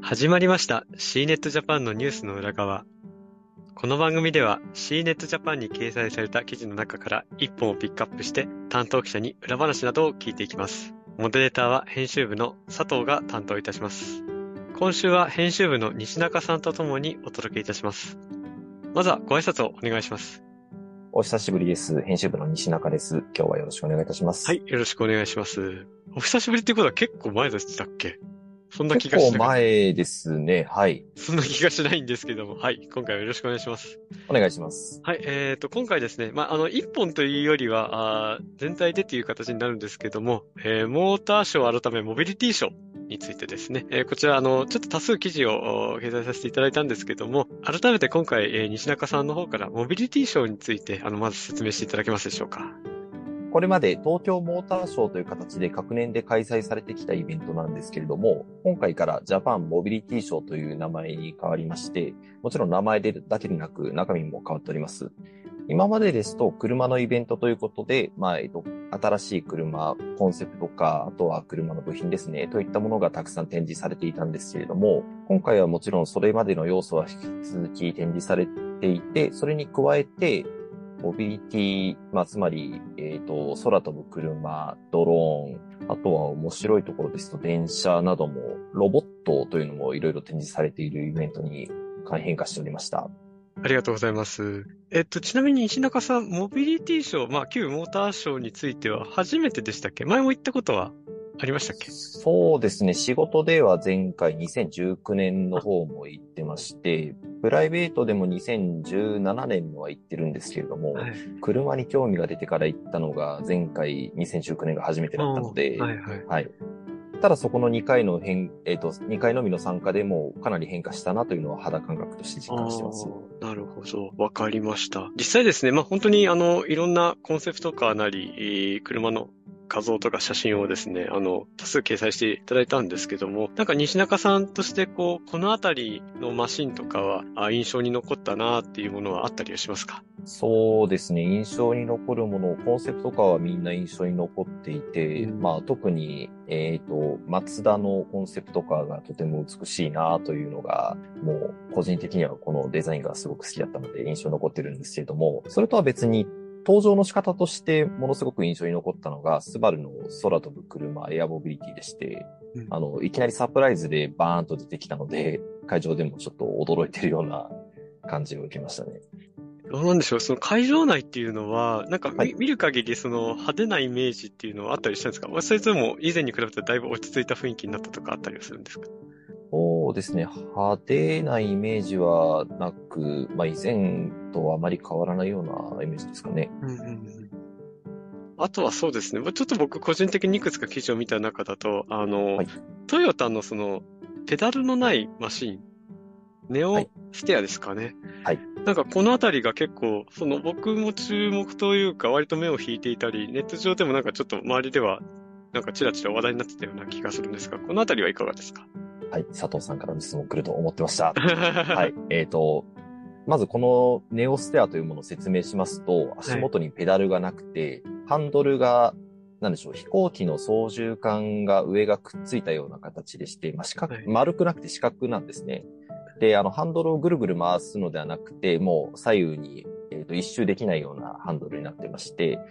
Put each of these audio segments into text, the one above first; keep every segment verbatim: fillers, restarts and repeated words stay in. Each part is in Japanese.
始まりました シーネット Japan のニュースの裏側。この番組では シーネット Japan に掲載された記事の中から一本をピックアップして担当記者に裏話などを聞いていきます。モデレーターは編集部の佐藤が担当いたします。今週は編集部の西中さんとともにお届けいたします。まずはご挨拶をお願いします。 お久しぶりです。編集部の西中です。今日はよろしくお願いいたします。 はい、よろしくお願いします。お久しぶりってことは結構前でしたっけ？そんな気がしなかった。 結構前ですね。はい。 そんな気がしないんですけども、はい、今回はよろしくお願いします。 お願いします。 はい、えっと、今回ですね、まあ、あの、一本というよりは、あ全体でという形になるんですけども、えー、モーターショー改めモビリティショーについてですね、えー、こちら、あの、ちょっと多数記事を掲載させていただいたんですけども、改めて今回、えー、西中さんの方からモビリティショーについて、あの、まず説明していただけますでしょうか。 これまで東京モーターショーという形で各年で開催されてきたイベントなんですけれども、今回からジャパンモビリティショーという名前に変わりまして、もちろん名前だけでなく中身も変わっております。今までですと車のイベントということで、まあ、えっと、新しい車、コンセプトカー、あとは車の部品ですね、といったものがたくさん展示されていたんですけれども、今回はもちろんそれまでの要素は引き続き展示されていて、それに加えて、モビリティ、まあ、つまり、えっと、空飛ぶ車、ドローン、あとは面白いところですと電車なども、ロボットというのもいろいろ展示されているイベントに変化しておりました。 ありがとうございます。えっと、ちなみに石中さん、モビリティショー、まあ、旧モーターショーについては初めてでしたっけ？前も行ったことはありましたっけ？ そうですね。仕事では前回にせんじゅうきゅうねんの方も行ってまして、プライベートでもにせんじゅうななねんのは行ってるんですけれども、はい、車に興味が出てから行ったのが前回にせんじゅうきゅうねんが初めてだったので、はいはい。はい。ただそこのにかいの変、えっと、にかいのみの参加でもかなり変化したなというのは肌感覚として実感してます。 なるほど。わかりました。実際ですね、まあ本当にあの、いろんなコンセプトカーなり、車の画像とか写真をですね、あの、多数掲載していただいたんですけども、なんか西中さんとしてこう、このあたりのマシンとかはあ印象に残ったなっていうものはあったりはしますか？ そうですね。印象に残るもの、コンセプトカーはみんな印象に残っていて、うん、まあ特に、えっと、マツダのコンセプトカーがとても美しいなというのが、もう個人的にはこのデザインがすごく好きだったので印象に残ってるんですけれども、それとは別に登場の仕方としてものすごく印象に残ったのが、スバルの空飛ぶ車エアモビリティでして、うん、あの、いきなりサプライズでバーンと出てきたので、会場でもちょっと驚いてるような感じを受けましたね。 どうなんでしょう、その会場内っていうのは、なんか 見,、はい、見る限りその派手なイメージっていうのはあったりしたんですか？それとも以前に比べてだいぶ落ち着いた雰囲気になったとかあったりはするんですか？ そうですね。派手なイメージはなく、まあ以前とはあまり変わらないようなイメージですかね。うんうんうん、 あとはそうですね。ちょっと僕個人的にいくつか記事を見た中だと、あの、はい、トヨタのそのペダルのないマシン、ネオステアですかね。はい。なんかこのあたりが結構、その僕も注目というか割と目を引いていたり、ネット上でもなんかちょっと周りではなんかチラチラ話題になってたような気がするんですが、このあたりはいかがですか？ はい。佐藤さんからの質問来ると思ってました。はい。えっと、まずこのネオステアというものを説明しますと、足元にペダルがなくて、はい、ハンドルが、なんでしょう、飛行機の操縦桿が上がくっついたような形でして、まあ、四角、はい、丸くなくて四角なんですね。で、あの、ハンドルをぐるぐる回すのではなくて、もう左右に、えーと、一周できないようなハンドルになってまして、はい、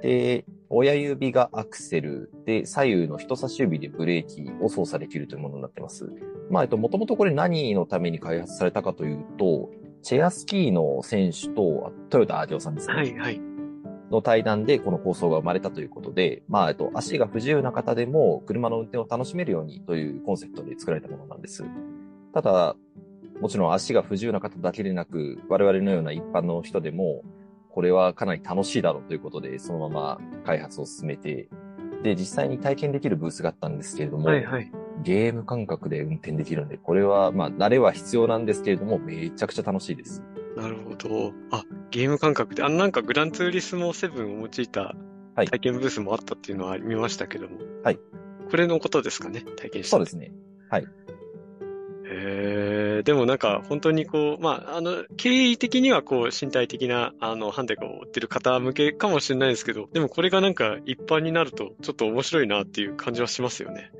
で、親指がアクセルで、左右の人差し指でブレーキを操作できるというものになってます。まあ、えっと、もともとこれ何のために開発されたかというと、チェアスキーの選手と、トヨタアーディオさんですね。はい、はい。の対談でこの構想が生まれたということで、まあ、えっと、足が不自由な方でも車の運転を楽しめるようにというコンセプトで作られたものなんです。ただ、もちろん足が不自由な方だけでなく、我々のような一般の人でも、これはかなり楽しいだろうということで、そのまま開発を進めて、で、実際に体験できるブースがあったんですけれども、はいはい、ゲーム感覚で運転できるんで、これは、まあ、慣れは必要なんですけれども、めちゃくちゃ楽しいです。 なるほど。あ、ゲーム感覚で、あのなんかグランツーリスモセブンを用いた体験ブースもあったっていうのは見ましたけども。はい。これのことですかね、体験した。 そうですね。はい。 へえ、でもなんか本当にこう、まあ、あの、経緯的にはこう身体的なあのハンディを負ってる方向けかもしれないですけど、でもこれがなんか一般になるとちょっと面白いなっていう感じはしますよね。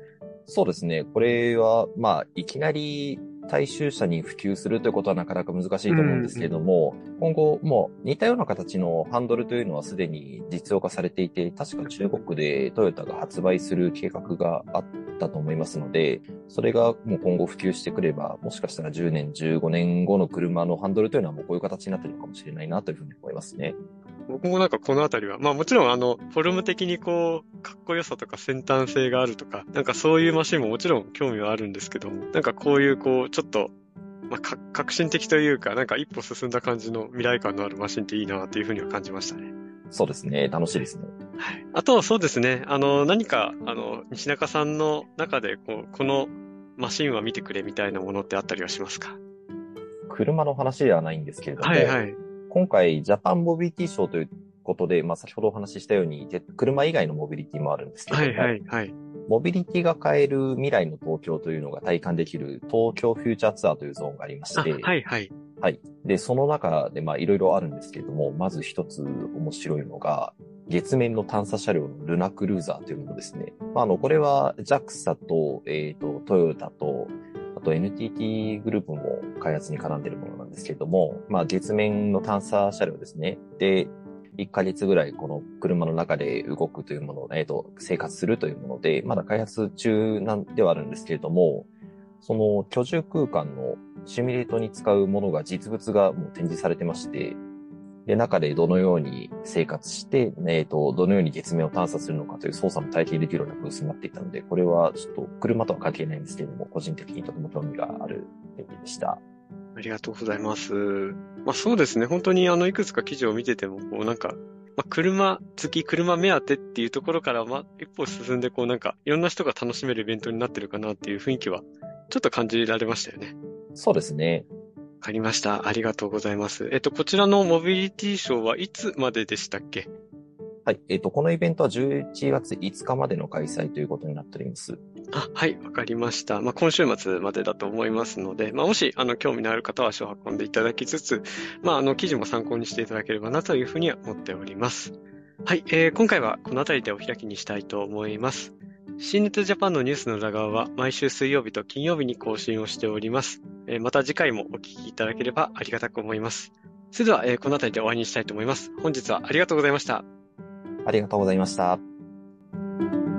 そうですね。これは、まあ、いきなり大衆車に普及するということはなかなか難しいと思うんですけれども、うんうん、今後、もう似たような形のハンドルというのはすでに実用化されていて、確か中国でトヨタが発売する計画があったと思いますので、それがもう今後普及してくれば、もしかしたらじゅうねん、じゅうごねんごの車のハンドルというのはもうこういう形になっているのかもしれないなというふうに思いますね。 僕もなんかこのあたりは、まあもちろんあの、フォルム的にこう、かっこよさとか先端性があるとか、なんかそういうマシンももちろん興味はあるんですけども、なんかこういうこう、ちょっと、まあ、か革新的というか、なんか一歩進んだ感じの未来感のあるマシンっていいなっていうふうには感じましたね。 そうですね。楽しいですね。 はい。あとはそうですね。あの、何か、あの、西中さんの中で、こう、このマシンは見てくれみたいなものってあったりはしますか？ 車の話ではないんですけれども、 はいはい。 今回、ジャパンモビリティショーということで、まあ、先ほどお話ししたように、車以外のモビリティもあるんですけれども、 はいはいはい。 モビリティが変える未来の東京というのが体感できる東京フューチャーツアーというゾーンがありまして、 はいはい。 はい。で、その中で、まあ、いろいろあるんですけれども、まず一つ面白いのが、月面の探査車両のルナクルーザーというものですね。まあ、あの、これは ジャクサ と、えっと、トヨタと、あと エヌティーティー グループも開発に絡んでいるものなんですけれども、まあ、月面の探査車両ですね。で、いっかげつぐらいこの車の中で動くというものを、えっと、生活するというもので、まだ開発中なんではあるんですけれども、その居住空間のシミュレートに使うものが実物がもう展示されてまして、で、中でどのように生活して、えっと、どのように月面を探査するのかという操作も体験できるようなブースになっていたので、これはちょっと車とは関係ないんですけれども、個人的にとても興味がある展示でした。 ありがとうございます。まあそうですね。本当にあの、いくつか記事を見てても、こうなんか、まあ、車好き、車目当てっていうところから、まあ、一歩進んで、こうなんか、いろんな人が楽しめるイベントになってるかなっていう雰囲気は、ちょっと感じられましたよね。 そうですね。 わかりました。ありがとうございます。えっと、こちらのモビリティショーはいつまででしたっけ？ はい。えっと、このイベントはじゅういちがついつかまでの開催ということになっております。 あ、はい、わかりました。まあ、今週末までだと思いますので、まあ、もし、あの、興味のある方は足を運んでいただきつつ、まあ、あの、記事も参考にしていただければなというふうには思っております。はい、えー、今回はこの辺りでお開きにしたいと思います。シーネットジャパンのニュースの裏側は毎週水曜日と金曜日に更新をしております。えー、また次回もお聞きいただければありがたく思います。それでは、えー、この辺りで終わりにしたいと思います。本日はありがとうございました。 ありがとうございました。